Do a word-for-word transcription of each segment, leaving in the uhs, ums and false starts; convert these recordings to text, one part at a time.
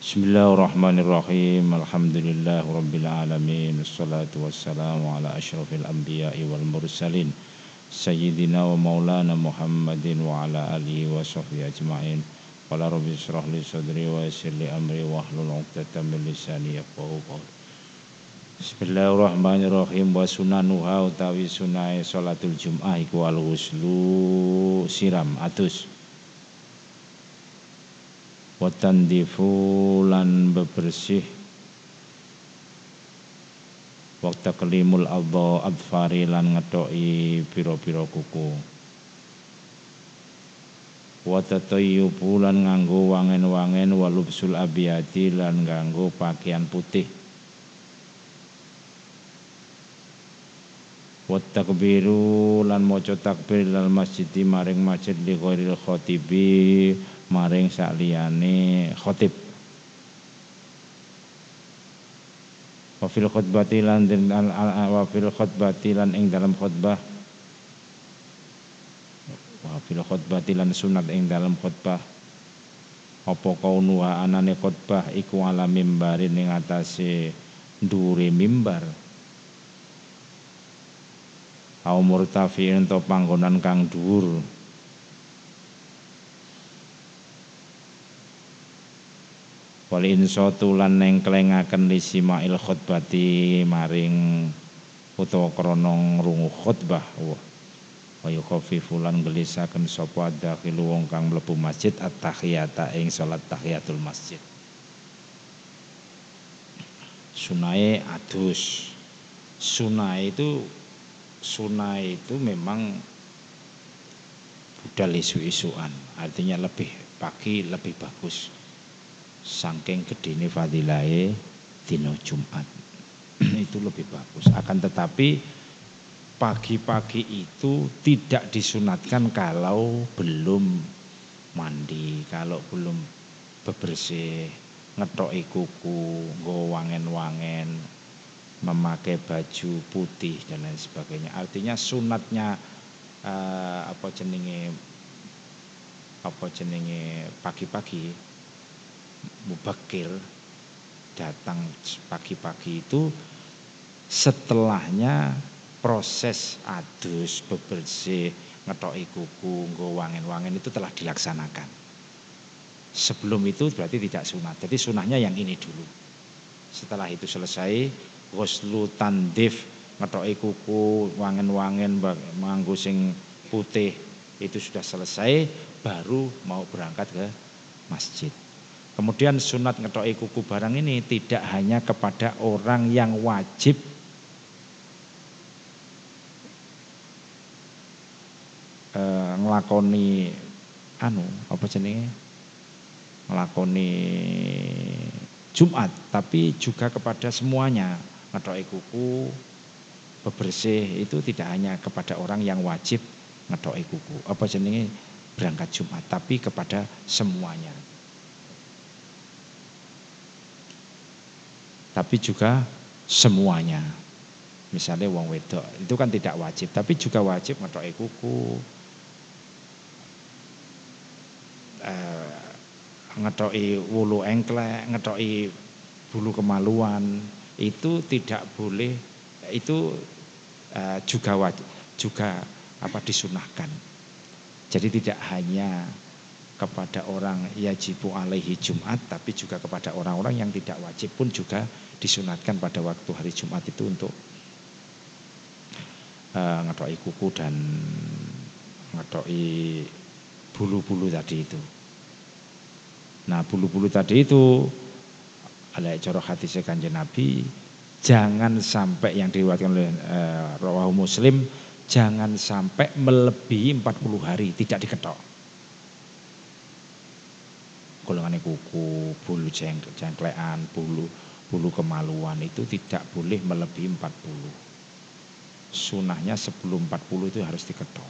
Bismillahirrahmanirrahim. Alhamdulillahirabbil alamin. Wassalatu wassalamu ala asyrafil anbiya'i wal mursalin. Sayyidina wa maulana Muhammadin wa ala alihi wa sahbihi ajma'in. Qala rabbi shrah li sadri wa yassir li amri wahlul 'uqdatam min lisani yafqahu qawli. Bismillahirrahmanirrahim. Wa sunanuha utawi sunahe salatul Jum'ah iku al-ghuslu siram atus. Watandifu lan bebersih waktu kelimul adha adfari lan ngetoki pira-pira kuku watatayyubu lan nganggo wangen-wangen walubsul abiyati lan nganggo pakaian putih watakbiru lan maca takbir lal masjid maring masjid li ghairil khatibi maring sakliyane khatib. Wa fil khutbati lan wa fil khutbati lan ing dalam khutbah wa fil khutbati lan sunat ing dalam khutbah apa kaunuha anane khutbah iku ala mimbarin ing atase ndure mimbar au murtafi'in to panggonan kang dhuwur wal insatu lan nengklengaken lisimail khutbati maring utawa krana ngrungu khutbah wa yukhaffifu lan gelisaken sapa dakhilu wong kang mlebu masjid at-tahiyata ing salat tahiyatul masjid. Sunahe adus. Sunah itu sunah itu memang budal isu-isuan, artinya lebih pagi lebih bagus. Saking gedene fadilahe dina Jumat itu lebih bagus. Akan tetapi pagi-pagi itu tidak disunatkan kalau belum mandi, kalau belum bebersih, ngethoki kuku, nggo wangen-wangen, memakai baju putih dan lain sebagainya. Artinya sunatnya uh, apa jenenge apa jenenge pagi-pagi mubakir datang pagi-pagi itu setelahnya proses adus bebersih ngethoki kuku nggo wangen-wangen itu telah dilaksanakan. Sebelum itu berarti tidak sunat. Jadi sunahnya yang ini dulu. Setelah itu selesai ghuslu tandif ngethoki kuku wangen-wangen nganggo sing putih itu sudah selesai baru mau berangkat ke masjid. Kemudian sunat ngethoki kuku barang ini tidak hanya kepada orang yang wajib e, nglakoni anu apa jenenge nglakoni Jumat, tapi juga kepada semuanya. Ngethoki kuku bebersih itu tidak hanya kepada orang yang wajib ngethoki kuku apa jenenge berangkat Jumat, tapi kepada semuanya. Tapi juga semuanya. Misalnya wong wedok itu kan tidak wajib, tapi juga wajib ngethoki kuku, eh, ngethoki wulu engklek, ngethoki bulu kemaluan, itu tidak boleh, itu eh, juga wajib, juga apa disunahkan. Jadi tidak hanya kepada orang yajibu alaihi Jumat, tapi juga kepada orang-orang yang tidak wajib pun juga disunatkan pada waktu hari Jumat itu untuk uh, ngethoki kuku dan ngethoki bulu-bulu tadi itu. Nah bulu-bulu tadi itu ala cara hadis Kanjeng Nabi, jangan sampai yang diriwayatkan oleh uh, rawahu Muslim, jangan sampai melebihi empat puluh hari tidak diketok. Golongan kuku, bulu jengklean, bulu bulu kemaluan itu tidak boleh melebihi empat puluh. Sunahnya sebelum empat puluh itu harus diketok.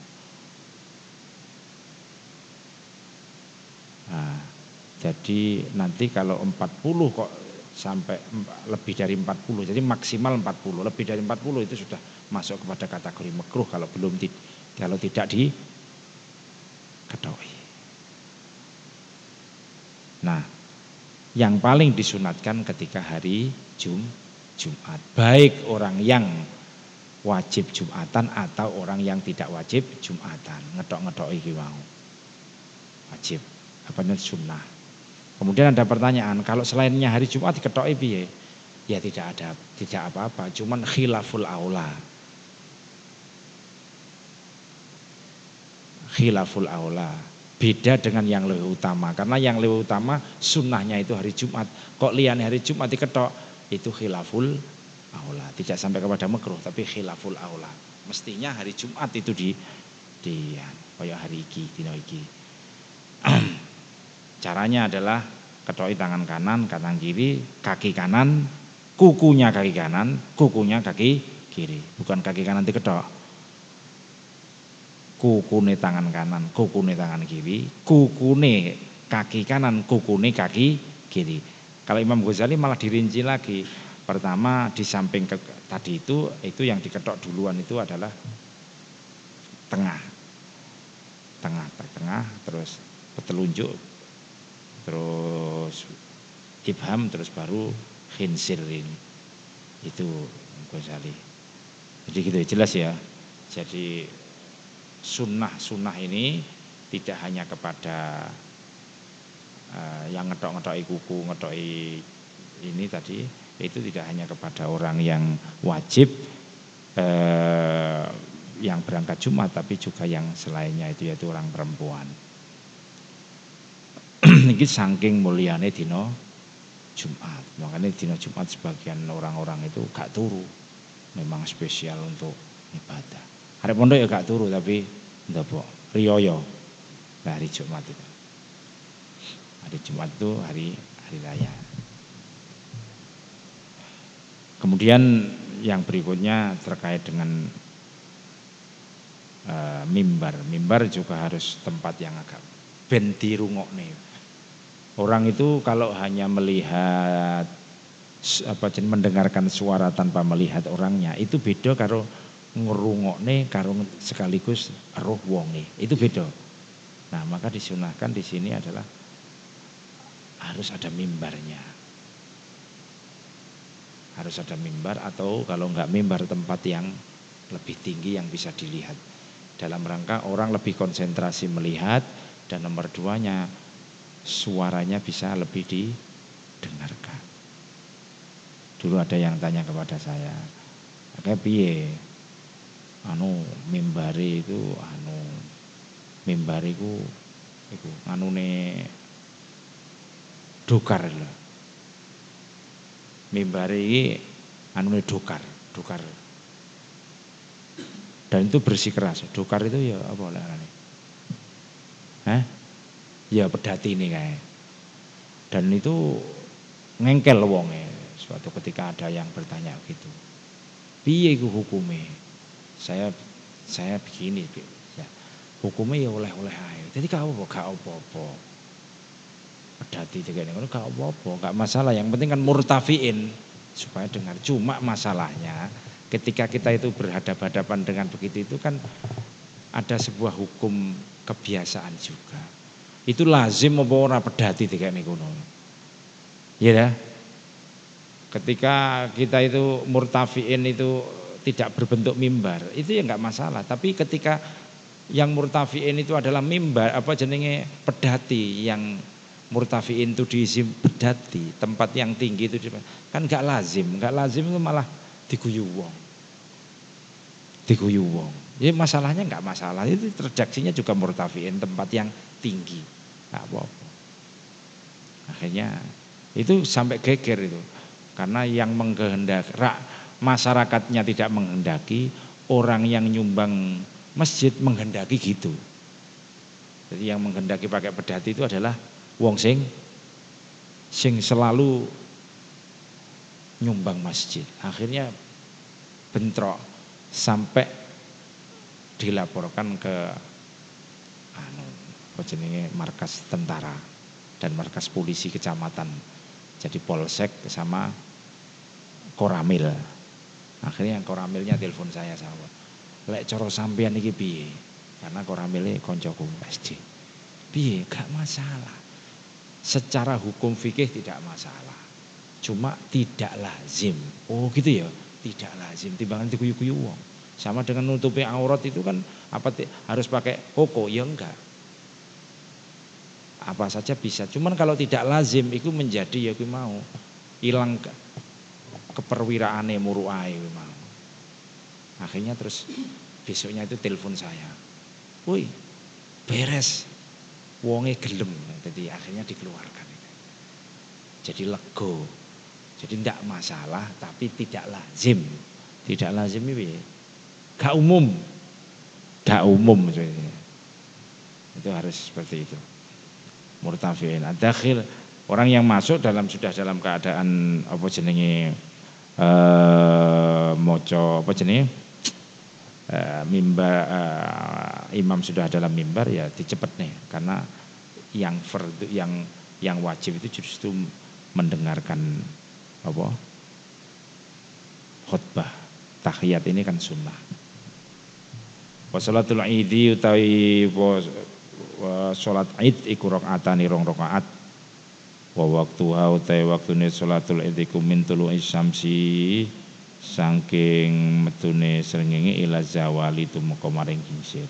Nah, jadi nanti kalau empat puluh kok sampai lebih dari empat puluh, jadi maksimal empat puluh, lebih dari empat puluh itu sudah masuk kepada kategori makruh kalau belum kalau tidak diketahui. Nah, yang paling disunatkan ketika hari Jum, Jumat. Baik orang yang wajib Jumatan atau orang yang tidak wajib Jumatan. Ngedok-ngedok iki wau. Wajib, apa namanya sunnah. Kemudian ada pertanyaan, kalau selainnya hari Jumat diketoki piye? Ya tidak ada, tidak apa-apa, cuman khilaful aula. Khilaful aula. Beda dengan yang lebih utama, karena yang lebih utama sunnahnya itu hari Jumat. Kok liane hari Jumat diketok, itu khilaful aula. Tidak sampai kepada makruh, tapi khilaful aula. Mestinya hari Jumat itu di di kayak hari iki, dina iki. Caranya adalah ketoi tangan kanan, kanan kiri, kaki kanan, kukunya kaki kanan, kukunya kaki kiri. Bukan kaki kanan diketok. Kukune tangan kanan, kukune tangan kiri, kukune kaki kanan, kukune kaki kiri. Kalau Imam Ghazali malah dirinci lagi. Pertama di samping ke, tadi itu itu yang diketok duluan itu adalah tengah. Tengah, tengah, terus petelunjuk, terus ibham, terus baru khinsir ini. Itu Ghazali. Jadi gitu jelas ya. Jadi sunnah-sunnah ini tidak hanya kepada uh, yang ngetok-ngetoki kuku, ngetoki ini tadi, itu tidak hanya kepada orang yang wajib uh, yang berangkat Jumat, tapi juga yang selainnya itu yaitu orang perempuan. Ini saking muliane dino Jumat, makanya dino Jumat sebagian orang-orang itu gak turu, memang spesial untuk ibadah. Hari pondok ya gak turu tapi ndapok riyoyo. Nah, hari Jumat itu. Hari Jumat itu hari hari raya. Kemudian yang berikutnya terkait dengan uh, mimbar. Mimbar juga harus tempat yang agak ben dirungokne. Orang itu kalau hanya melihat apa mendengarkan suara tanpa melihat orangnya itu beda karo ngerungokne karo sekaligus roh wonge, itu beda. Nah, maka disunahkan di sini adalah harus ada mimbarnya. Harus ada mimbar atau kalau enggak mimbar tempat yang lebih tinggi yang bisa dilihat. Dalam rangka orang lebih konsentrasi melihat dan nomor duanya suaranya bisa lebih didengarkan. Dulu ada yang tanya kepada saya, "Kayak piye? Anu mimbari itu anu mimbari ku iku anune dokar lho. Mimbari iki anune dokar, dokar. Dan itu bersikeras. Dokar itu ya apa larane? Hah? Ya pedati ini kayak. Dan itu ngengkel wonge. Suatu ketika ada yang bertanya gitu. Piye iku hukume? Saya saya begini ya. Hukumnya ya oleh-oleh ae. Jadi gak apa-apa, gak apa-apa. Pedati juga ngono gak apa-apa, gak masalah. Yang penting kan murtafiin supaya dengar. Cuma masalahnya ketika kita itu berhadapan-hadapan dengan begitu itu kan ada sebuah hukum kebiasaan juga. Itu lazim apa ora pedati dikene ngono. Iya dah. Ketika kita itu murtafiin itu tidak berbentuk mimbar, itu ya enggak masalah. Tapi ketika yang murtafiin itu adalah mimbar, apa jenenge pedati, yang murtafiin itu diisi pedati, tempat yang tinggi itu kan enggak lazim, enggak lazim itu malah diguyu wong. Diguyu wong. Ya masalahnya enggak masalah, itu redaksinya juga murtafiin, tempat yang tinggi. Enggak apa-apa. Akhirnya itu sampai geger itu. Karena yang mengkehendak masyarakatnya tidak menghendaki, orang yang nyumbang masjid menghendaki gitu. Jadi yang menghendaki pakai pedati itu adalah wong sing sing selalu nyumbang masjid. Akhirnya bentrok sampai dilaporkan ke anu apa jenenge markas tentara dan markas polisi kecamatan. Jadi polsek sama Koramil. Akhirnya yang Koramilnya telepon saya sama. Lek coro sampean iki piye? Karena Koramile koncoku S D. Piye? Gak masalah. Secara hukum fikih tidak masalah. Cuma tidak lazim. Oh gitu ya, tidak lazim. Timbangan diguyu-guyu wong. Sama dengan nutupi aurat itu kan apa harus pakai koko? Ya enggak. Apa saja bisa. Cuman kalau tidak lazim itu menjadi ya kuwi mau hilang ke, keperwiraane muruae kuwi mau. Akhirnya terus besoknya itu telepon saya. Woi, beres. Wonge gelem. Jadi akhirnya dikeluarkan. Jadi lego. Jadi tidak masalah tapi tidak lazim. Tidak lazim ini gak umum. Gak umum itu harus seperti itu. Murtafi'in ad-dakhil, orang yang masuk dalam sudah dalam keadaan apa jenenge eh maca apa jenenge eh, mimbar eh, imam sudah dalam mimbar ya dicepet nih karena yang fardu yang yang wajib itu justru mendengarkan apa khutbah. Tahiyat ini kan sunnah. Wa sholatul idi utawi sholat id iku rakaatani rong rakaat. Wa waktuha utawi waktune sholatul id iku min tulu'i syamsi saking metune srengenge ila zawali tumeka maring kincir.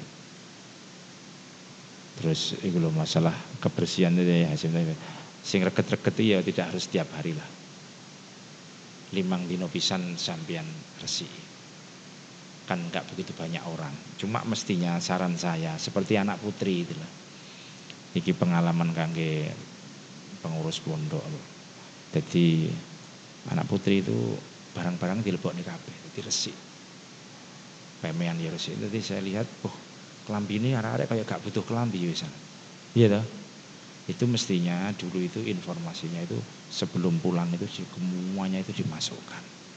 Terus iku lho masalah kebersihan itu ya hasilnya. Sing reget-reget ya tidak harus setiap hari lah. Limang dino pisan sampean resik. Kan enggak begitu banyak orang. Cuma mestinya saran saya seperti anak putri itulah. Iki pengalaman kangge pengurus pondok. Jadi anak putri itu barang-barang dilebokne kabeh, dadi resik. Pemean ya resik. Jadi saya lihat, oh, kelambi ini arek-arek kayak gak butuh kelambi wisan. Iya toh? Itu mestinya dulu itu informasinya itu sebelum pulang itu semuanya itu dimasukkan.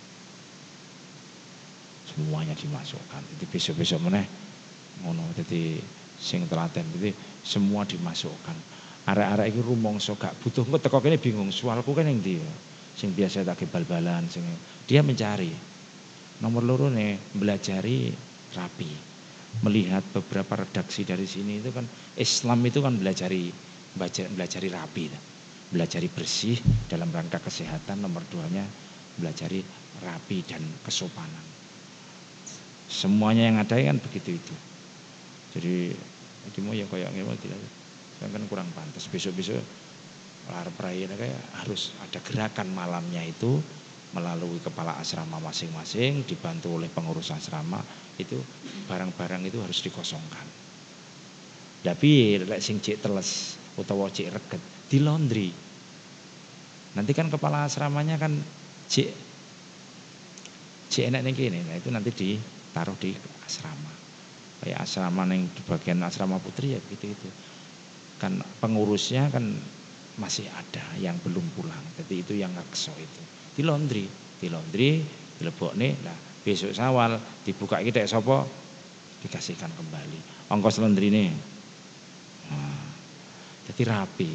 Semuanya dimasukkan. Jadi besok-besok meneh ngono dadi sing telaten jadi semua dimasukkan. Arek-arek iki rumangsa gak butuh engko teko kene bingung soalku kan ning ndi. Sing biasa tak bal-balan sing dia mencari. Nomor loro nih belajari rapi. Melihat beberapa redaksi dari sini itu kan Islam itu kan belajari Belajar, belajari rapi, belajari bersih dalam rangka kesehatan. Nomor duanya belajari rapi dan kesopanan. Semuanya yang ada kan begitu itu. Jadi itu mau yang kayak gimana tidak, kan kurang pantas. Besok-besok lar perayaan kayak harus ada gerakan malamnya itu melalui kepala asrama masing-masing dibantu oleh pengurus asrama itu barang-barang itu harus dikosongkan. Tapi lek sing cek teles utawa cek reget di laundry. Nanti kan kepala asramanya kan cek cek enak ning kene. Nah itu nanti ditaruh di asrama. Kayak asrama yang di bagian asrama putri ya begitu itu. Kan pengurusnya kan masih ada yang belum pulang. Jadi itu yang ngekso itu. Di laundry, di laundry dilebokne. Nah, besok Syawal dibuka iki dek sapa dikasihkan kembali. Ongkos laundryne. Nah, jadi rapi,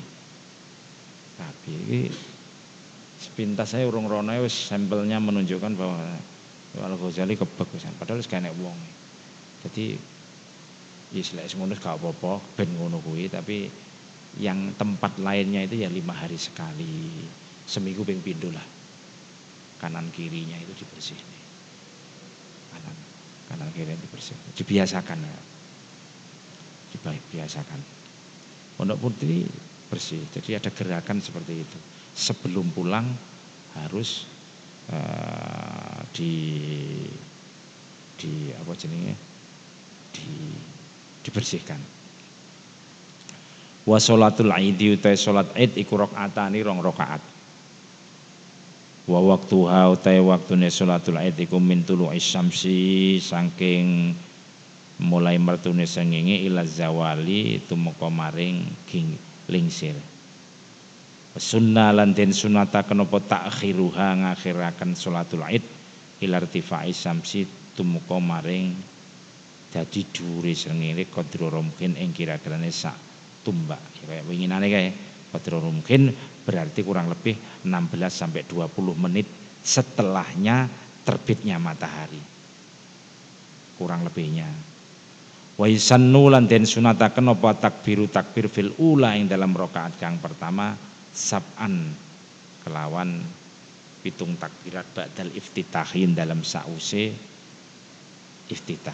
rapi. Ini sepintas saya urung rono wis sampelnya menunjukkan bahwa Al Ghazali kebagusan. Padahal wis kene wong. Jadi wis lek ngono gak apa-apa ben ngono kuwi, tapi yang tempat lainnya itu ya lima hari sekali, seminggu ping pindho lah. Kanan kirinya itu dibersihkan. Kanan kanan kiri dibersihkan. Dibiasakan ya. Dibiasakan. Pondok Putri bersih. Jadi ada gerakan seperti itu. Sebelum pulang harus uh, di di apa jenenge? Di dibersihkan. Wa sholatul Aidi utai salat Id iku rakaatani rong rakaat. Wa waqtuha utai waktune sholatul Id iku min tulu'i syamsi saking mulai mertune srengenge ila zawali tumeka maring lingsir. Sunnah lan den sunataken apa takhiruha ngakhiraken salatul Id ila irtifai syamsi tumeka maring dadi dhuwure srengenge qadra mungkin ing kira-kirane sak tumbak. Kayak winginane kae qadra mungkin berarti kurang lebih enam belas sampai dua puluh menit setelahnya terbitnya matahari. Kurang lebihnya. Wa isannu lan den sunataken apa takbiru takbir fil ula ing dalam rakaat kang pertama sab'an kelawan pitung takbirat ba'dal iftitahin dalam sause iftitah.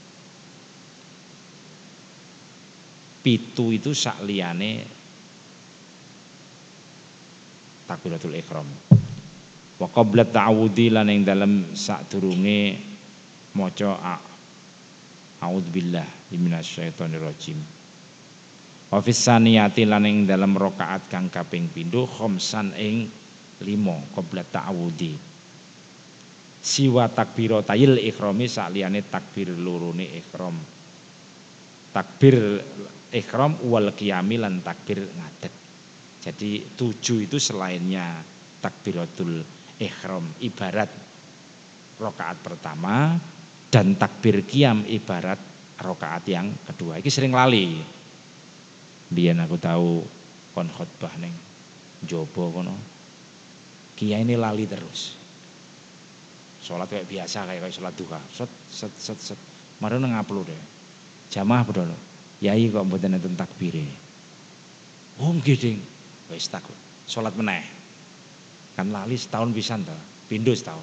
Pitu itu sakliyane takbiratul ihram. Wa qabla ta'awudzi lan ing dalem sadurunge maca a'udzubillah minasyaitonir rajim. Wa fis saniyati lan ing dalem rakaat kang kaping pindho khamsan ing lima qabla ta'awudzi. Siwa takbiratayil ikhrami sakliyane takbir lorone ihram. Takbir ihram wal qiyami lan takbir ngadeg. Jadi tujuh itu selainnya takbiratul ihram ibarat rakaat pertama dan takbir qiyam ibarat rakaat yang kedua. Iki sering lali. Biyen aku tahu kon khotbah ning Jobo kono. Kiai ini lali terus. Salat kayak biasa kayak kayak salat duha. Set set set set. Mari nang ngupload deh. Jamaah padha. Yai kok mboten enten takbire. Oh nggih, Ding. Wis takut. Salat meneh. Kan lali setahun pisan to, pindho setahun.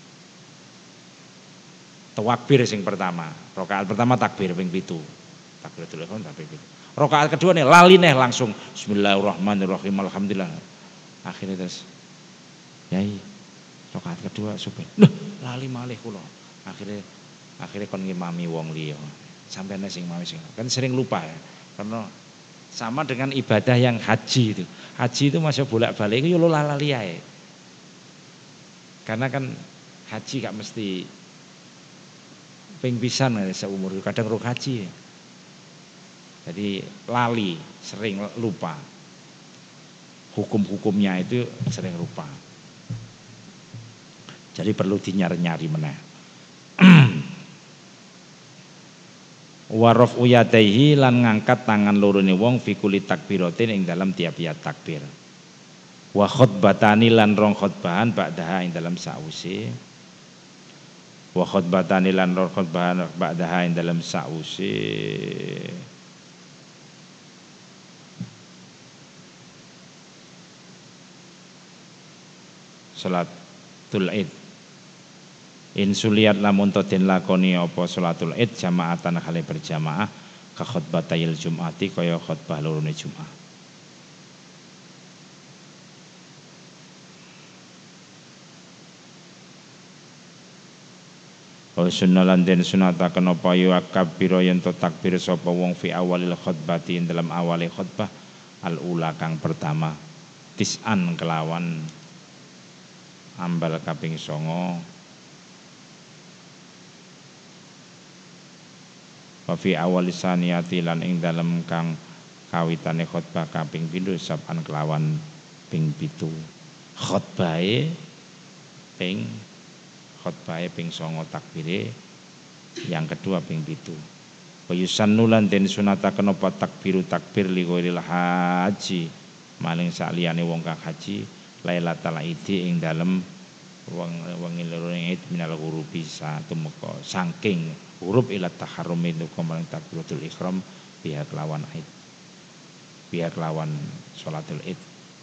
Takbir sing pertama, rakaat pertama takbir ping pitu. Takbiratul ihram takbir pitu. Rakaat kedua nih lali neh langsung bismillahirrahmanirrahim alhamdulillah. Akhirnya terus yai rakaat kedua supaya loh lali malih kula. Akhirnya akhirnya kon ngimami wong liya. Sampeyan sing mami sing kan sering lupa ya. Karena sama dengan ibadah yang haji itu. Haji itu masih bolak-balik itu yo lali ae. Karena kan haji gak mesti ping pisan seumur kadang ruk haji. Jadi lali, sering lupa. Hukum-hukumnya itu sering lupa. Jadi perlu dinyari-nyari meneh. Warof uyadaihi lan ngangkat tangan lorone wong fi kulli takbiratin ing dalam tiap-tiap takbir. Wa khutbatani lan rong khutbahan ba'daha ing dalam sause. Wa khutbatani lan rong khutbahan ba'daha ing dalam sause. Salatul Id. Insuliat lamun to den lakoni apa salatul Id jamaatan hale berjamaah ka khutbatayil Jum'ati kaya khutbah lorone Jumat. Wa sunnalan den sunataken apa yu akbira yen to takbir sapa wong fi awalil khutbati dalam awale khutbah al ula kang pertama tis'an kelawan ambal kaping songo. Wa fi awal saniyati lan ing dalem kang kawitane khutbah kaping pindho saban kelawan ping pitu. Khutbahe ping khutbahe ping songo takbire yang kedua ping pitu. Wa yusannu lan den sunataken apa takbiru takbir li ghairil haji maling sakliyane wong kang haji Lailatul Idi ing dalem wengi loro ing Id minal ghurubi satemeka saking huruf ila taharrumi nuka maring takbiratul ihram pihak lawan Id pihak lawan salatul Id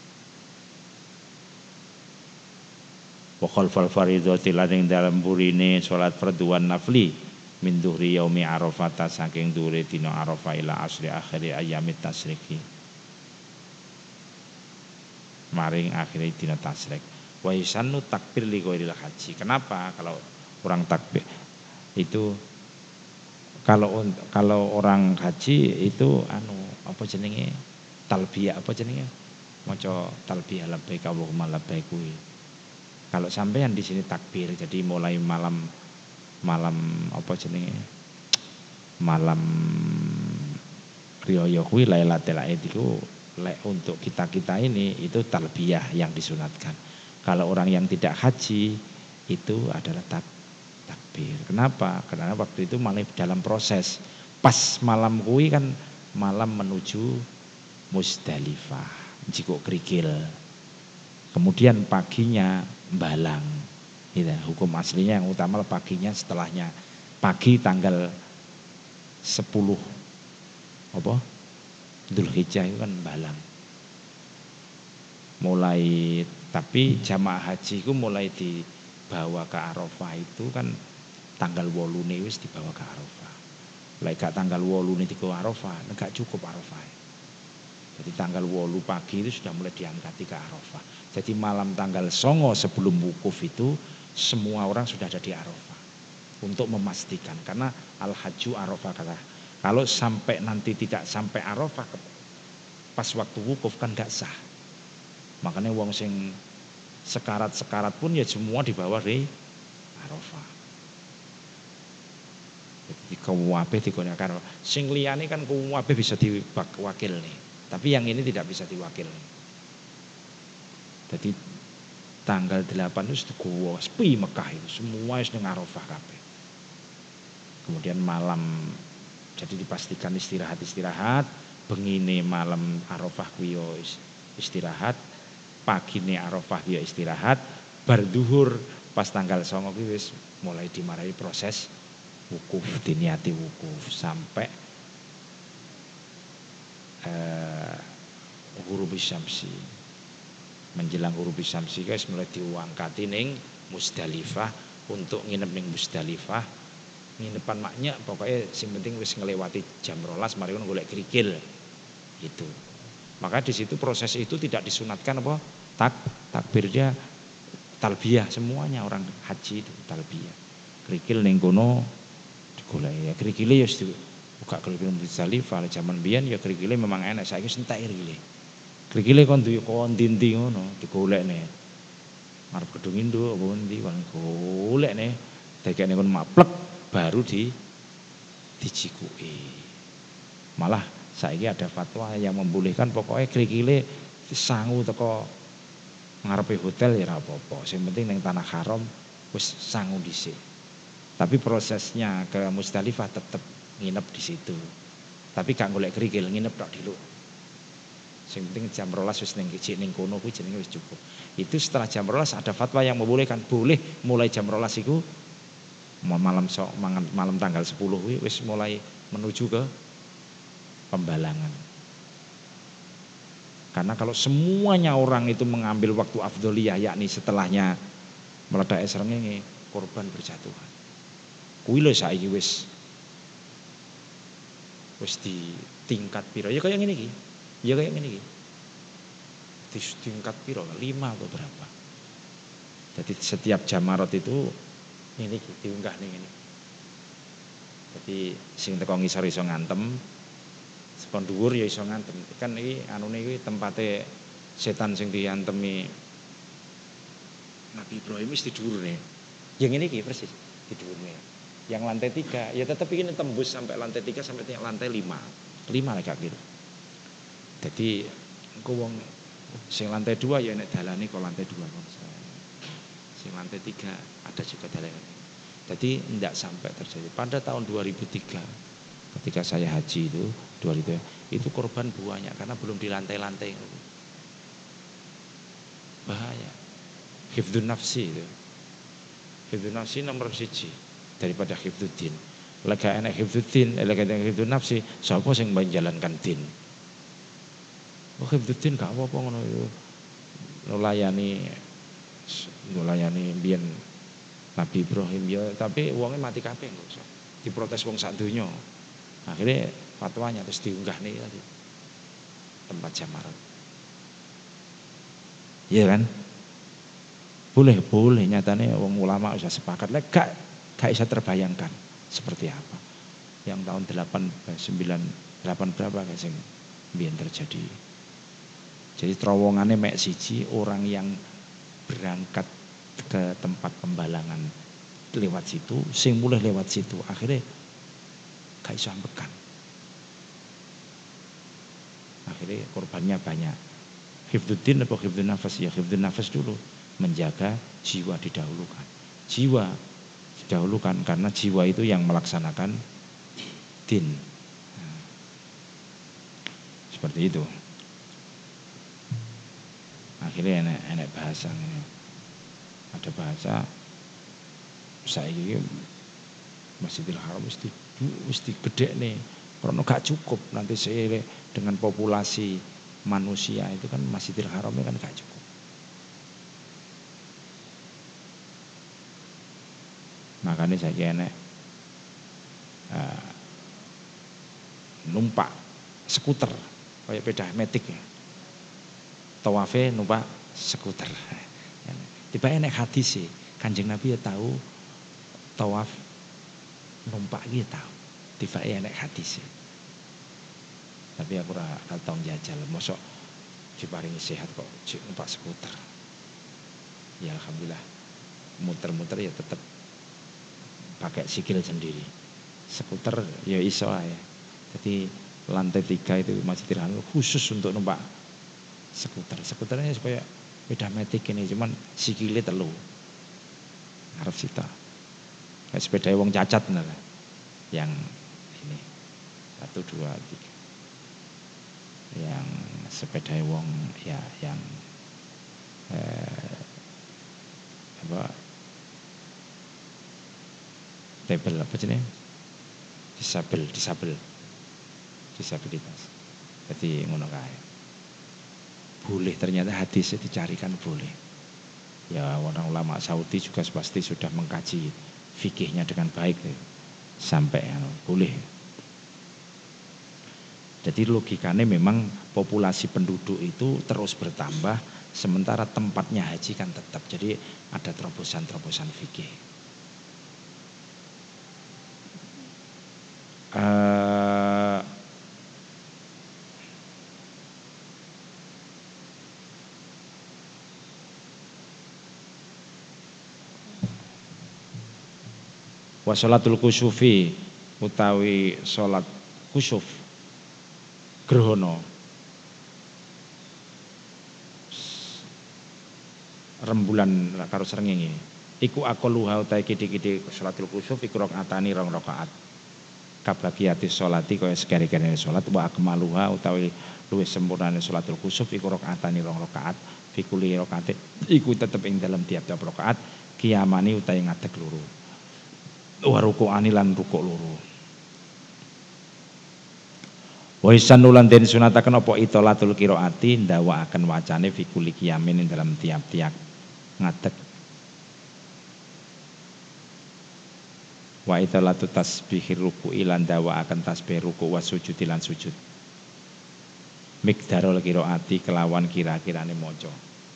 wa khalfal fardhati lan ing dalem burine salat fardhu wan nafli min dhuhri yaumi arafah saking dhuhre dina arafah ila asri akhiri ayamit tasriki maring akhirnya dina tasrik. Wa yusannu takbir li ghairil haji. Kenapa kalau orang takbir itu kalau kalau orang haji itu anu apa jenenge talbiyah apa jenenge maca talbiyah labbaik Allahumma labbaik kuwi. Kalau sampean di sini takbir jadi mulai malam malam apa jenenge malam riyaya kuwi Lailatul Id iku untuk kita-kita ini itu talbiyah yang disunatkan. Kalau orang yang tidak haji itu adalah tak, takbir. Kenapa? Karena waktu itu malah dalam proses. Pas malam kuwi kan malam menuju Musdalifah, jiko kerikil. Kemudian paginya balang. Gitu, hukum aslinya yang utama paginya setelahnya. Pagi tanggal sepuluh apa? Dzulhijjah itu kan balang. mulai tapi jamaah haji ku mulai dibawa ke Arafah itu kan tanggal wolune wis dibawa ke Arafah. Lek gak tanggal wolune di Arafah, gak cukup Arafah. Jadi tanggal wolu pagi itu sudah mulai diangkati ke Arafah. Jadi malam tanggal songo sebelum wukuf itu semua orang sudah ada di Arafah untuk memastikan karena al haju Arafah kata. Kalau sampai nanti tidak sampai Arafah pas waktu wukuf kan gak sah. Makanya wong sing sekarat-sekarat pun ya semua dibawa di Arafah. Jadi kuwabe digunakan. Sing liyane kan kuwabe bisa diwakil nih. Tapi yang ini tidak bisa diwakil. Jadi tanggal delapan itu sudah sepi Mekah itu semua wis ning Arafah kabeh. Kemudian malam jadi dipastikan istirahat-istirahat, bengine malam Arafah kuwi istirahat, pagine Arafah ya istirahat, bar zuhur pas tanggal songo kuwi wis mulai dimarahi proses wukuf, diniati wukuf sampai eh, ghurubis syamsi. Menjelang ghurubis syamsi guys mulai diangkati ning Musdalifah untuk nginep ning Musdalifah. Nginepan maknya pokoknya sing penting wis ngelewati jam rolas mari ngono golek krikil. Gitu. Maka di situ proses itu tidak disunatkan apa? Tak takbirnya talbiyah semuanya orang haji itu talbiyah. Krikil ning kono digolek ya krikile ya buka krikil Musdalifah zaman biyen ya krikile memang enak saiki entek krikile. Krikile kon duwe kon tinti ngono digolekne. Arep gedung induk apa endi kon golekne dekene kon maplek baru di dijikuki. Malah saiki ada fatwa yang membolehkan pokoknya krikile sangu teko ngarepe hotel ya ora apa-apa. Sing penting ning tanah haram wis sangu dhisik. Tapi prosesnya ke Musdalifah tetap nginep di situ. Tapi gak golek krikil, nginep tok dulu. Sing penting jam rolas wis ning kicik ning kono kuwi jenenge wis cukup. Itu setelah jam rolas ada fatwa yang membolehkan boleh mulai jam rolas iku malam so, malam tanggal sepuluh wis mulai menuju ke pembalangan. Karena kalau semuanya orang itu mengambil waktu afdholiyah yakni setelahnya meledak srengenge korban berjatuhan. Kuwi lho saiki wis wis di tingkat piro ya kaya ngene iki. Ya kaya ngene iki. Di tingkat piro? lima atau berapa. Jadi setiap jamarat itu ini diunggah nih ini. Jadi sing teko ngisor iso ngantem, sekon dhuwur ya iso ngantem. Kan iki anune iki tempate setan sing diantemi Nabi Ibrahim wis di dhuwurne. Yang ini iki persis di dhuwurne. Yang lantai tiga, ya tetap ini tembus sampai lantai tiga sampai lantai lima, lima lah kira. Jadi engko wong sing lantai dua ya nek dalane kok lantai dua kok. Sing lantai tiga ada juga dalane. Jadi tidak sampai terjadi. Pada tahun dua ribu tiga ketika saya haji itu dua ribu itu korban banyak karena belum di lantai-lantai. Bahaya. Hifdzun nafsi itu. Hifdzun nafsi nomor siji daripada hifdzuddin. Lega enak hifdzuddin, lega enak hifdzun nafsi, sapa sing menjalankan din. Oh hifdzuddin gak apa-apa ngono itu. Nulayani nulayani biyen Nabi Ibrahim ya, tapi wongnya mati kabeh kok iso. Diprotes wong sak donya. Akhirnya fatwanya terus diunggah nih tadi. Tempat jamarat. Iya kan? Boleh, boleh nyatane wong ulama sudah sepakat lek gak gak bisa terbayangkan seperti apa. Yang tahun delapan sembilan delapan berapa kayak sing biyen terjadi. Jadi terowongannya mek siji orang yang berangkat ke tempat pembalangan lewat situ, sing mulai lewat situ, akhirnya gak iso ambekan. Akhirnya korbannya banyak. Hifdzuddin atau hifdzun nafas ya hifdzun nafas dulu, menjaga jiwa didahulukan. Jiwa didahulukan karena jiwa itu yang melaksanakan din. Nah, seperti itu. Akhirnya enek, enek bahasa ini. Ada bahasa saiki Masjidil Haram mesti mesti gede nih. Karena gak cukup nanti saya dengan populasi manusia itu kan Masjidil Haramnya kan gak cukup. Makanya saya kira uh, numpak skuter kayak beda metik ya. Tawafe numpak skuter. Tiba enek hadis sih, Kanjeng Nabi ya tahu tawaf numpak gitu tahu. Tiba enek hadis sih. Tapi aku ora tau njajal, mosok diparingi sehat kok numpak skuter. Ya alhamdulillah. Muter-muter ya tetap pakai sikil sendiri. Skuter ya iso ya. Jadi lantai tiga itu Masjidil Haram khusus untuk numpak skuter. Skuternya supaya beda metik ini, cuman sikile telu. Arep sita. Kayak sepeda wong cacat bener. Yang ini satu dua tiga. Yang sepeda wong ya yang eh, apa table apa jenis disabel disabel disabilitas. Jadi ngono kae. Boleh ternyata hadisnya dicarikan boleh. Ya orang ulama Saudi juga pasti sudah mengkaji fikihnya dengan baik ya. Sampai ya, boleh. Jadi logikanya memang populasi penduduk itu terus bertambah, sementara tempatnya haji kan tetap. Jadi ada terobosan-terobosan fikih. Uh, wa sholatul kusufi utawi sholat kusuf gerhana rembulan karo srengenge iku aqalluha utawi kidhi-kidhi sholatul kusuf iku rakaatani rong rakaat kabagiyati sholati kaya sekare-kare sholat wa akmaluha utawi luwih sempurnane sholatul kusuf iku rakaatani rong rakaat fi kulli rakaatin iku tetep ing dalam tiap-tiap rakaat qiyamani utawi ngadeg loro wa ruku'ani lan rukuk loro. Wa isanulan den sunataken apa itolatul qiraati ndawakaken wacane fi kulli qiyamin ing dalam tiap-tiap ngadeg. Wa itolatu tasbihir ruku'i lan ndawakaken tasbih ruku' wa sujud lan sujud. Miqdarul qiraati kelawan kira-kirane maca.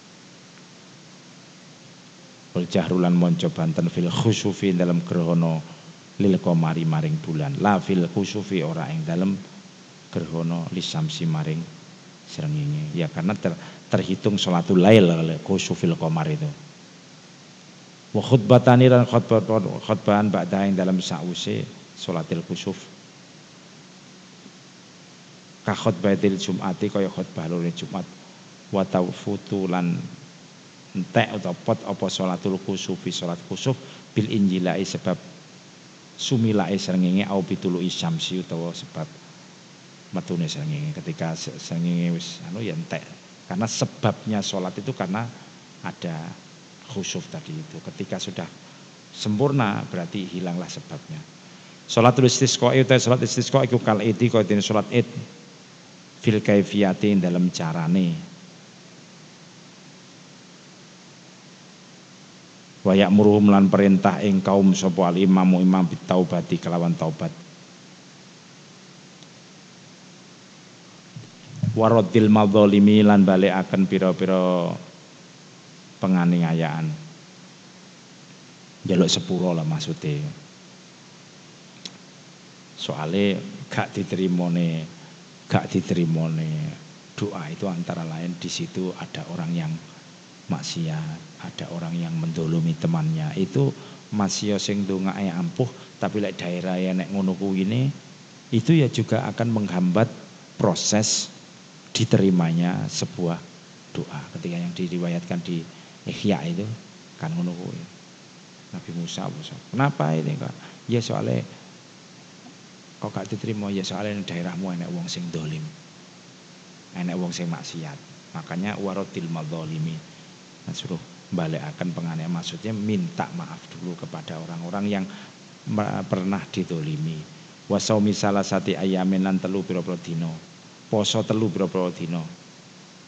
Wal jahrulan monco banten fil khusufi dalam gerhana lil qamari maring bulan la fil khusufi ora ing dalam gerhana lisamsi maring srengenge ya karena ter, terhitung sholatul lail khusufil qamar itu wa khutbatani lan khutbah khutbahan ba'da ing dalam sause sholatil khusuf ka khutbatil jumati kaya khutbah lore Jumat wa tawfutu lan entek atau pot apa sholatul kusufi sholat kusuf bil injilai sebab sumilai srengenge au bitulu isyamsi utawa sebab metune srengenge ketika srengenge wis anu ya entek karena sebabnya sholat itu karena ada khusuf tadi itu ketika sudah sempurna berarti hilanglah sebabnya. Sholatul istisqa utawa sholat istisqa iku kal idi kaya dene sholat id fil kaifiyati dalam carane wa ya'muruhum lan perintah ing kaum sapa al imamu imam bitaubati kelawan taubat waradil madzalimi lan balekaken pira-pira penganiayaan njaluk sepuro lah maksudnya soalnya gak diterimone gak diterimone doa itu antara lain di situ ada orang yang maksiat, ada orang yang mendolimi temannya itu masih sing ndongae ampuh tapi lek daerah ya nek ngono kuwi ini itu ya juga akan menghambat proses diterimanya sebuah doa ketika yang diriwayatkan di Ihya itu kan ngono kuwi Nabi Musa, Musa kenapa ini kok ya soalnya kok gak diterima ya soalnya daerahmu enek wong sing dolim enek wong sing maksiat makanya waradil madzalimi nah, suruh balekaken penganiayaan maksudnya minta maaf dulu kepada orang-orang yang pernah didolimi wasaumi salah sati ayamin lan telu pira-pira dina poso telu pira-pira dina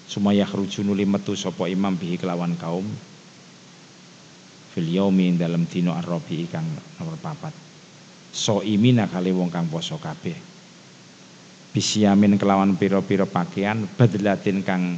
Sumayah rujunu limetu sapa imam bihi kelawan kaum fil yaumi dalam dina ar-rabi kang nomor papat. So imina kali wong kang poso kabeh. Bisiamin kelawan pira-pira pakaian badlatin kang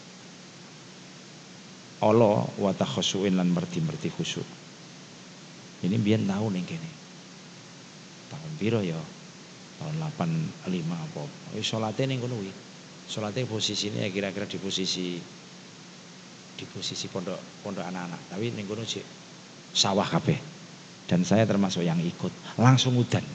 ala wa takhusuin lan merti-merti khusyuk. Ini biyen tahun ning kene. Tahun piro ya? Tahun delapan puluh lima apa. Wis salate ning kono kuwi. Salate posisine ya kira-kira di posisi di posisi pondok pondok anak-anak, tapi ning kono sik sawah kabeh. Dan saya termasuk yang ikut. Langsung udan.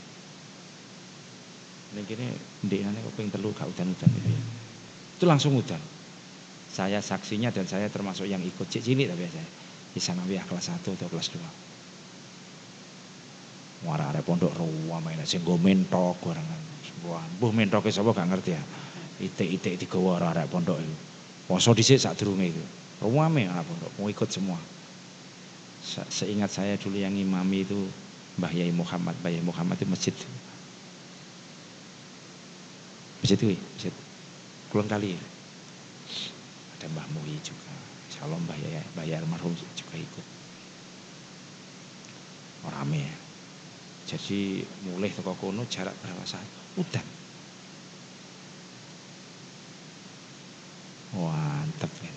Ning kene ndekane kok ping telu gak udan-udan gitu ya. Itu langsung udan. Saya saksinya dan saya termasuk yang ikut. Cik cilik tapi saya. Di sanawiyah kelas satu atau kelas dua. Arek-arek pondok ruwame sing nggo mentok barengan. Wah, mbuh mentoke sapa gak ngerti ya. Itik-itik digawa arek pondok itu. Poso dhisik sadurunge itu. Ruwame anak pondok mau ikut semua. Seingat saya dulu yang imami itu Mbah Yai Muhammad, Mbah Yai Muhammad itu masjid. Masjid itu, masjid Kulon Kali. Ada Mbah Muhi juga. Insyaallah Mbah Yai, Mbah Yai almarhum juga ikut. Rame ya. Jadi mulai toko kono jarak berapa saat? Udan. Wah, mantap ya.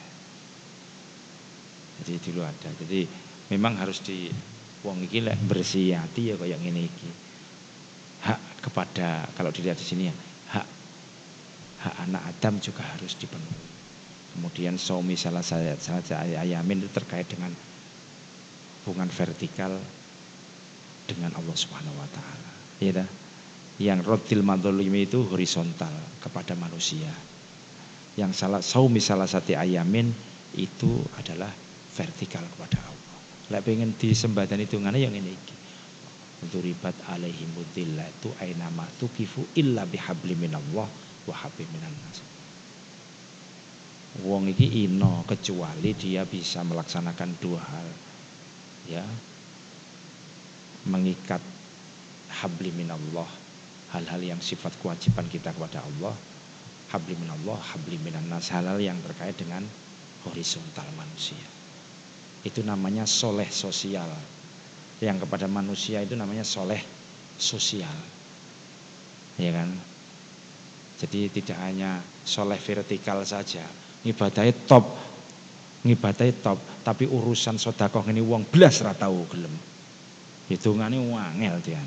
Jadi dulu ada. Jadi memang harus di wong iki lek bersih hati ya kayak ngene iki. Hak kepada kalau dilihat di sini ya, hak hak anak Adam juga harus dipenuhi. Kemudian suami salah saya salah saya ayamin itu terkait dengan hubungan vertikal dengan Allah Subhanahu wa taala. Ya dah. Yang rodil madzalimi itu horizontal kepada manusia. Yang salah saumi salah satu ayamin itu adalah vertikal kepada Allah. Lek pengen disembadani hitungane yang ini iki. Duribat alaihimudillah itu ainama tuqifu illa bihabli minallah wa habli minan nas. Wong iki ino kecuali dia bisa melaksanakan dua hal. Ya. Mengikat habli minallah, hal-hal yang sifat kewajiban kita kepada Allah, habli minallah, habli minan nas, hal-hal yang terkait dengan horizontal manusia. Itu namanya soleh sosial. Yang kepada manusia itu namanya soleh sosial. Ya kan? Jadi tidak hanya soleh vertikal saja, ngibadahe top, ngibadahe top, tapi urusan sedekah ini wong blas ra tau gelem. Hitungane wangel dian.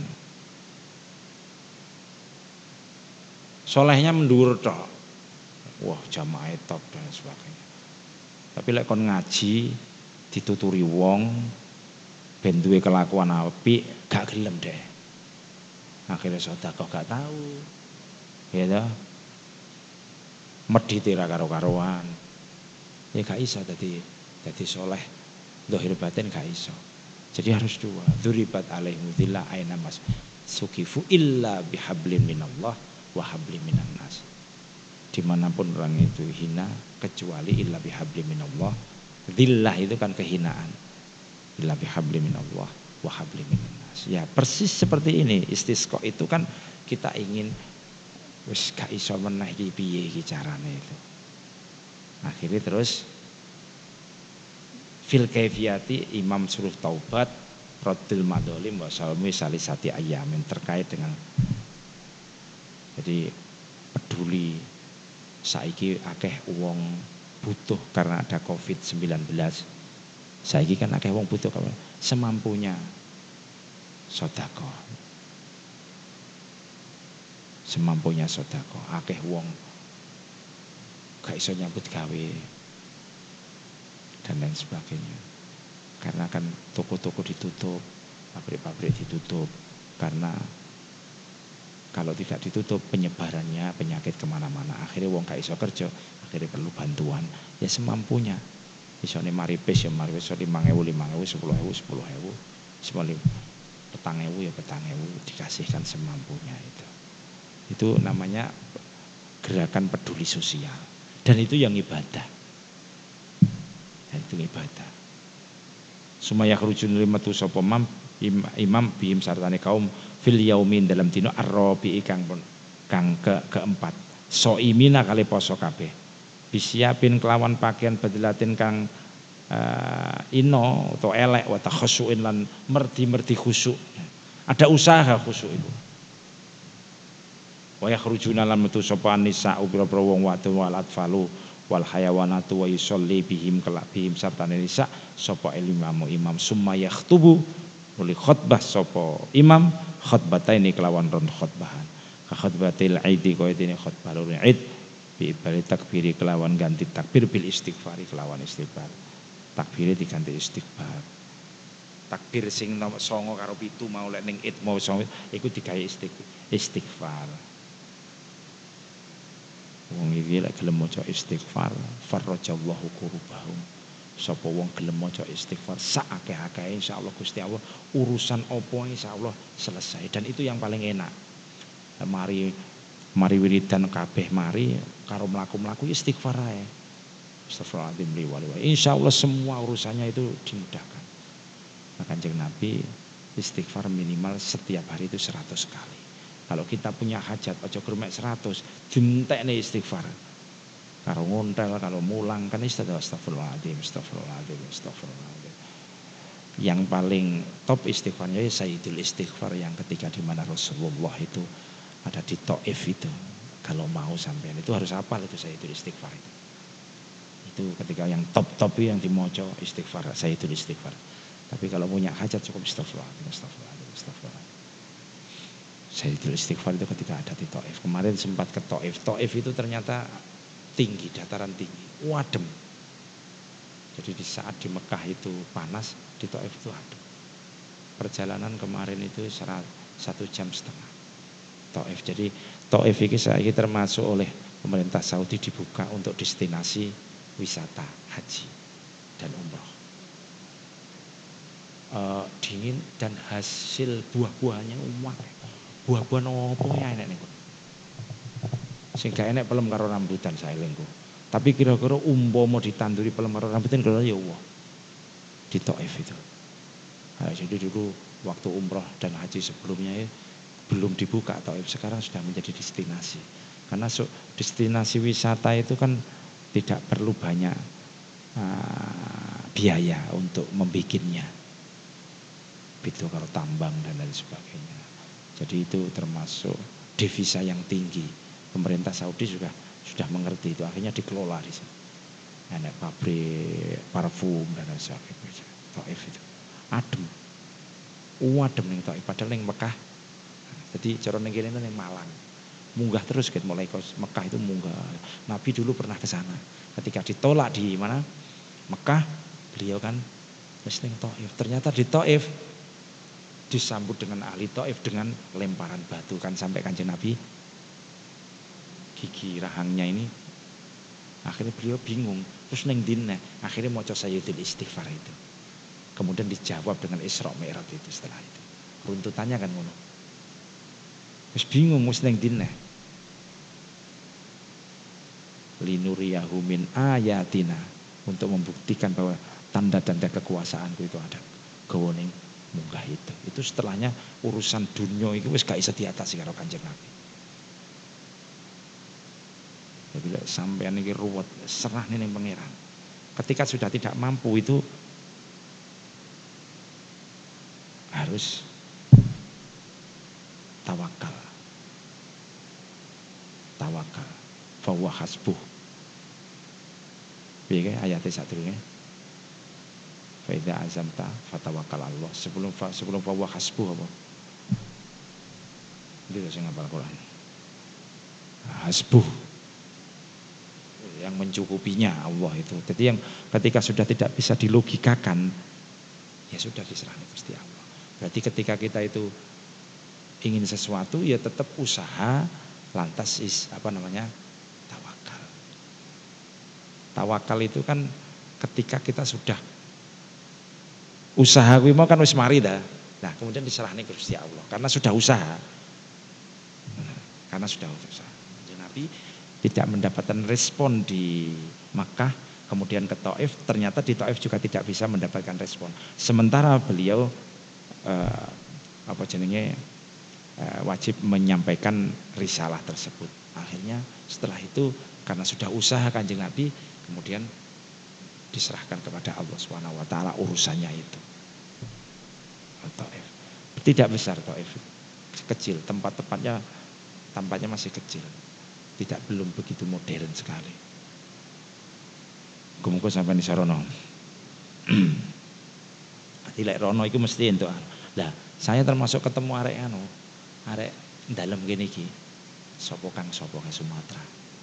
Solehnya mendur tok. Wah, jamaah top dan sebagainya. Tapi lek kon ngaji dituturi wong ben duwe kelakuan apik gak gelem deh. Akhirnya sedekah gak tahu. Ya toh. Medhite ra karo-karoan. Ya gak iso dadi dadi soleh zahir batin gak iso. Jadi harus dua. Duribat alaihimudillah aina mas sukifu illa bihablin minallah wa hablin minan nas. Dimanapun orang itu hina kecuali illa bihablin minallah. Dhillah itu kan kehinaan. Illa bihablin minallah wa hablin minan nas. Ya persis seperti ini. Istisqa itu kan kita ingin wis gak iso meneh iki piye iki carane itu. Akhirnya terus fil kaifiyati imam suruh taubat radil madzalim wa salmi salisati ayamin terkait dengan jadi peduli saiki akeh wong butuh karena ada covid sembilan belas. Saiki kan akeh wong butuh semampunya sedekah. Semampunya sedekah. Akeh wong gak iso nyambut gawe dan lain sebagainya. Karena kan toko-toko ditutup, pabrik-pabrik ditutup. Karena kalau tidak ditutup penyebarannya penyakit kemana-mana. Akhirnya wong gak iso kerja, akhirnya perlu bantuan. Ya semampunya. Isone mari pes ya mari pes lima ribu, lima ribu, sepuluh ribu, sepuluh ribu, sepuluh petang ribu ya petang ribu dikasihkan semampunya itu. Itu namanya gerakan peduli sosial. Dan itu yang ibadah. Itu ibadah. Sumaya khurujun limatu sapa mam imam bihim sartane kaum fil yaumin dalam dina ar-rabi'i kang kang ke keempat. Soimina kali poso kabeh. Bisiapin kelawan pakaian badilatin kang uh, ino atau elek wa takhassuin lan merdi-merdi khusyuk. Ada usaha khusyuk itu. Wa yakhrujuna lan metu sapa nisa ubra-ubra wong wadon wal atfalu wal hayawanatu wa yusolli bihim kelak bihim sarta nisa sapa imamu imam summa yakhtubu nuli khutbah sapa imam khutbataini kelawan ron khutbahan ka khutbatil aidi kaya dene khutbah id bi bali takbiri kelawan ganti takbir bil istighfari kelawan istighfar takbire diganti istighfar takbir sing nomor songo karo pitu mau lek ning id mau songo iku digawe istighfar wong iki lek gelem maca istighfar farajallahu kurubahum sapa wong gelem maca istighfar sak akeh-akeh insyaallah Gusti Allah urusan apa insyaallah selesai dan itu yang paling enak mari mari wiridan kabeh mari karo mlaku-mlaku istighfar ae astagfirullahaladzim li wa insyaallah semua urusannya itu dimudahkan nah Kanjeng Nabi istighfar minimal setiap hari itu seratus kali kalau kita punya hajat aja grumek seratus dintekne istighfar karo ngontel kalau mulang kan astagfirullahaladzim astagfirullahaladzim astagfirullahaladzim yang paling top istighfarnya ya Sayyidul Istighfar yang ketiga di mana Rasulullah itu ada di Taif itu kalau mau sampean itu harus hafal itu Sayyidul Istighfar itu itu ketika yang top-top yang dimoco istighfar Sayyidul Istighfar tapi kalau punya hajat cukup astagfirullahaladzim astagfirullahaladzim astagfirullahaladzim Sayyidul Istighfar itu ketika ada di Taif kemarin sempat ke Taif Taif itu ternyata tinggi dataran tinggi wadem jadi di saat di Mekah itu panas di Taif itu adem perjalanan kemarin itu satu jam setengah Taif. Jadi Taif ini saya termasuk oleh pemerintah Saudi dibuka untuk destinasi wisata haji dan umroh. E, dingin dan hasil buah-buahnya umar. Buah-buahan apa ya enak niku. Sing gak enak pelem karo rambutan saya lengku. Tapi kira-kira umpama ditanduri pelem karo rambutan kira ya Allah. Di Taif itu. Nah, jadi dulu waktu umroh dan haji sebelumnya ya belum dibuka Taif sekarang sudah menjadi destinasi karena destinasi wisata itu kan tidak perlu banyak uh, biaya untuk membikinnya itu kalau tambang dan lain sebagainya jadi itu termasuk devisa yang tinggi pemerintah Saudi juga sudah mengerti itu akhirnya dikelola di sana ada pabrik parfum dan lain sebagainya Taif itu adem adem ning Taif padahal ning Mekah jadi cara ning kene ning Malang. Munggah terus gitu mulai ke Mekah itu munggah. Nabi dulu pernah ke sana. Ketika ditolak di mana? Mekah, beliau kan wis ning Taif. Ternyata di Taif disambut dengan ahli Taif dengan lemparan batu kan sampai Kanjeng Nabi gigi rahangnya ini akhirnya beliau bingung. Terus ning dine akhirnya maca Sayyidul Istighfar itu. Kemudian dijawab dengan Isra Mi'raj itu setelah itu. Runtutannya kan ngono. Terus bingung mus neng dinne. Linuriyahu min ayatina untuk membuktikan bahwa tanda-tanda kekuasaanku itu ada. Gawoning munggah itu. Itu setelahnya urusan dunia itu wis gak bisa diatasi karo Kanjeng Nabi. Ya bila sampean iki ruwet serah ning pangeran. Ketika sudah tidak mampu itu harus tawakal. Tawakal. Fa huwa hasbuh. Piye ayate sadurunge? Fa idza azamta fatawakkal Allah. Sebelum sebelum fa huwa hasbuh apa? Dia sing ngapal Quran. Hasbuh. Yang mencukupinya Allah itu. Jadi yang ketika sudah tidak bisa dilogikakan ya sudah diserahkan Gusti Allah. Berarti ketika kita itu ingin sesuatu ya tetap usaha lantas is apa namanya tawakal. Tawakal itu kan ketika kita sudah usaha kuwi mau kan wis mari dah. Nah, kemudian diserahkan Gusti Allah karena sudah usaha. Nah, karena sudah usaha. Jadi Nabi tidak mendapatkan respon di Makkah, kemudian ke Taif, ternyata di Taif juga tidak bisa mendapatkan respon. Sementara beliau eh, apa jenenge wajib menyampaikan risalah tersebut. Akhirnya setelah itu Karena sudah usaha Kanjeng Nabi, kemudian diserahkan kepada Allah Subhanahu wa taala urusannya itu. Taif. Tidak besar Taif. Kecil, tempat-tempatnya tampaknya masih kecil. Tidak belum begitu modern sekali. Muga-muga sampai di sarono. Tilek rono itu mesti entuk. Lah, saya termasuk ketemu arek anu, arek dalem kene iki. Sopo Kang sopo ke Sumatera.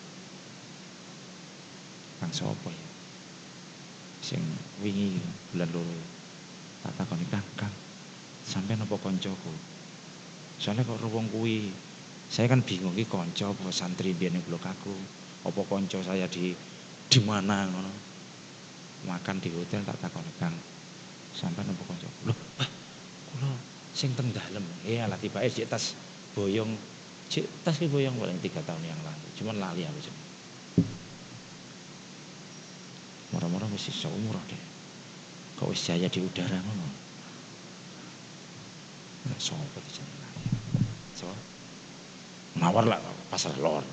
Kang sopo ya? Sing wingi bulan loro. Tak takoni Kang, Kang. Sampai napa koncoku? Soalnya kok wong kuwi, saya kan bingung iki kanca apa santri biyen ning blok aku. Apa kanca saya di di mana ngono. Makan di hotel tak takoni Kang. Sampai napa kancaku? Lho, Pak, kula sing teng dalem. Ya lah tibake cek tas boyong. Cek tas ki boyong paling tiga tahun yang lalu. Cuman lali aku cuma. Murah-murah wis iso umur deh. Kok wis jaya di udara ngono. Nah, sopo dijenengan. So. Mawar lah pasar lor.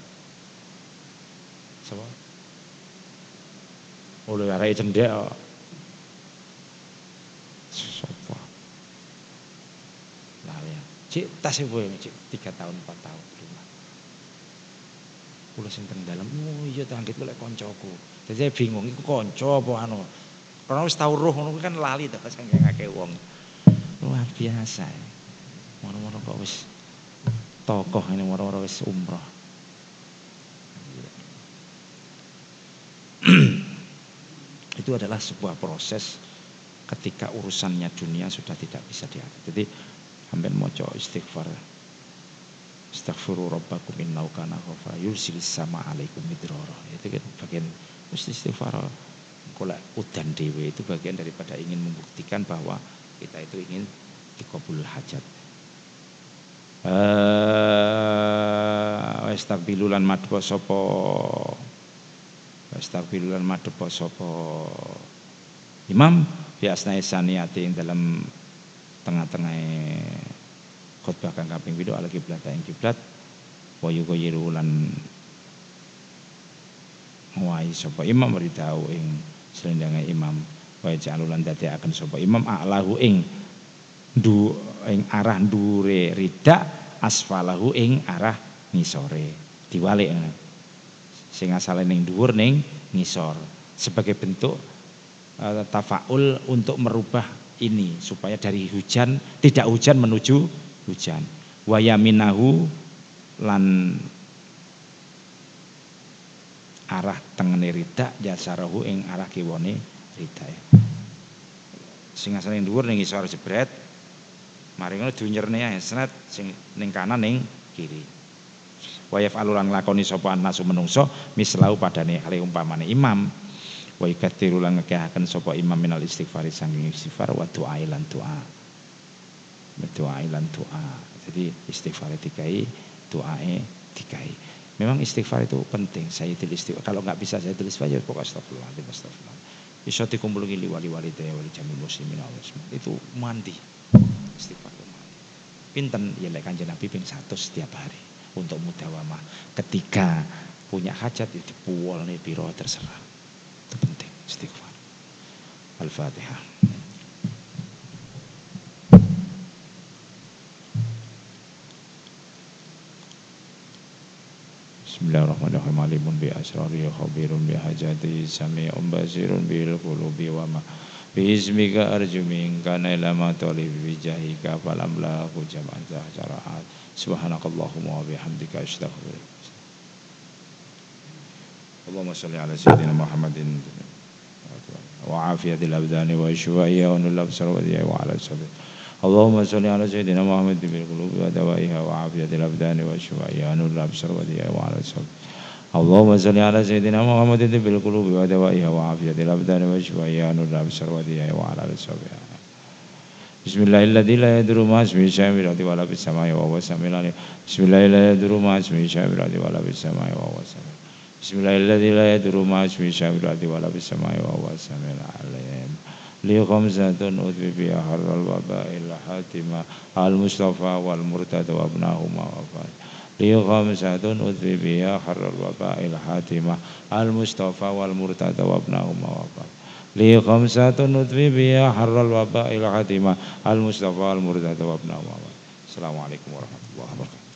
So. Oleh arek cendek kok. Sopo. Lali. Cik tas e boyong cik tiga tahun empat tahun rumah. Kula sing teng dalem, oh iya ta anggit golek kancaku. Dadi saya bingung iku kanca apa anu. Karena wis tau roh ngono kan lali to saking akeh wong. Luar biasa. Moro-moro kok wis tokoh ini moro-moro wis umroh. Itu adalah sebuah proses ketika urusannya dunia sudah tidak bisa diatur. Jadi sampeyan maca istighfar. Astaghfiru rabbakum innahu kana ghafara yursilis sama alaikum midrara. Itu kan bagian mesti istighfar. Golek udan dhewe itu bagian daripada ingin membuktikan bahwa kita itu ingin dikabul hajat. Eh wastaghfirulan madha sapa wastaghfirulan madha sapa imam biasane saniyati ing dalam tengah-tengah khutbah kang kaping pindho ala kiblat ing kiblat wa yughayyiru lan ngwahi sapa imam ridau ing slendange imam wa jalulan dadekaken sapa imam a'lahu ing du ing arah ndure rida asfalahu ing arah ngisore diwalik sing asale ning dhuwur ning ngisor sebagai bentuk uh, tafaul untuk merubah ini supaya dari hujan tidak hujan menuju hujan wayaminahu lan arah tengene rida jasarahu ing arah kiwane rida sing asale ning dhuwur ning ngisor jebret mari ngono dunyerne ae senet sing ning kanan ning kiri wayaf alulan nglakoni sapa anasu menungso mislau padane kali umpamane imam wa ikatiru lan ngekehaken sapa imam minal istighfar sanging istighfar wa doa lan doa doa lan doa. Jadi istighfar dikai, doae dikai. Memang istighfar itu penting. Saya tulis istighfar. Kalau nggak bisa saya tulis aja pokok astagfirullah, astagfirullah. Bisa dikumpulin wali-wali teh wali jamil muslimin Allah. Itu mandi. Istighfar itu mandi. Pinten ya lek Kanjeng Nabi ping satu setiap hari untuk mudawamah. Ketika punya hajat itu puwolne piro terserah. Itu penting istighfar. Al-Fatihah. Bismillahirrahmanirrahim. Alimun bi asrari khabirun bi hajati sami'un basirun bil qulubi wa ma bi ismika arju minka nailama talib bi jahika falam lahu jam'an zaharaat subhanakallahumma wa bihamdika astaghfiruka. Allahumma shalli ala sayyidina Muhammadin wa afiyatil abdani wa shifaiha wa nuril absar wa diya wa ala sayyidina Allahumma sholli ala sayyidina Muhammad bil qulubi wa dawaiha wa afiyatil abdani wa shifaiha wa nuril absar wa diya wa ala sayyidina Allahumma sholli ala sayyidina Muhammad bil qulubi wa dawaiha wa afiyatil abdani wa shifaiha wa nuril absar wa diya wa ala sayyidina Bismillahilladzi la yadurru ma ismihi syai'un fil ardi wa la fis samai wa huwas samiul alim. Bismillahilladzi la yadurru ma ismihi syai'un fil ardi wa la fis samai wa huwas samiul alim. Bismillahilladzi la yadurru ma ismihi syai'un fil ardi wa la fis samai wa huwas samiul alim. Li khamsatun udbi bi harral waba'il hatima al mustafa wal murtada wa abnahuma wa li khamsatun udfi biha harral waba'il hatimah al mustafa wal murtada wa ibnahum wabah li khamsatun udfi biha harral waba'il hatimah al mustafa wal murtada wa ibnahum wabah. Assalamualaikum warahmatullahi wabarakatuh.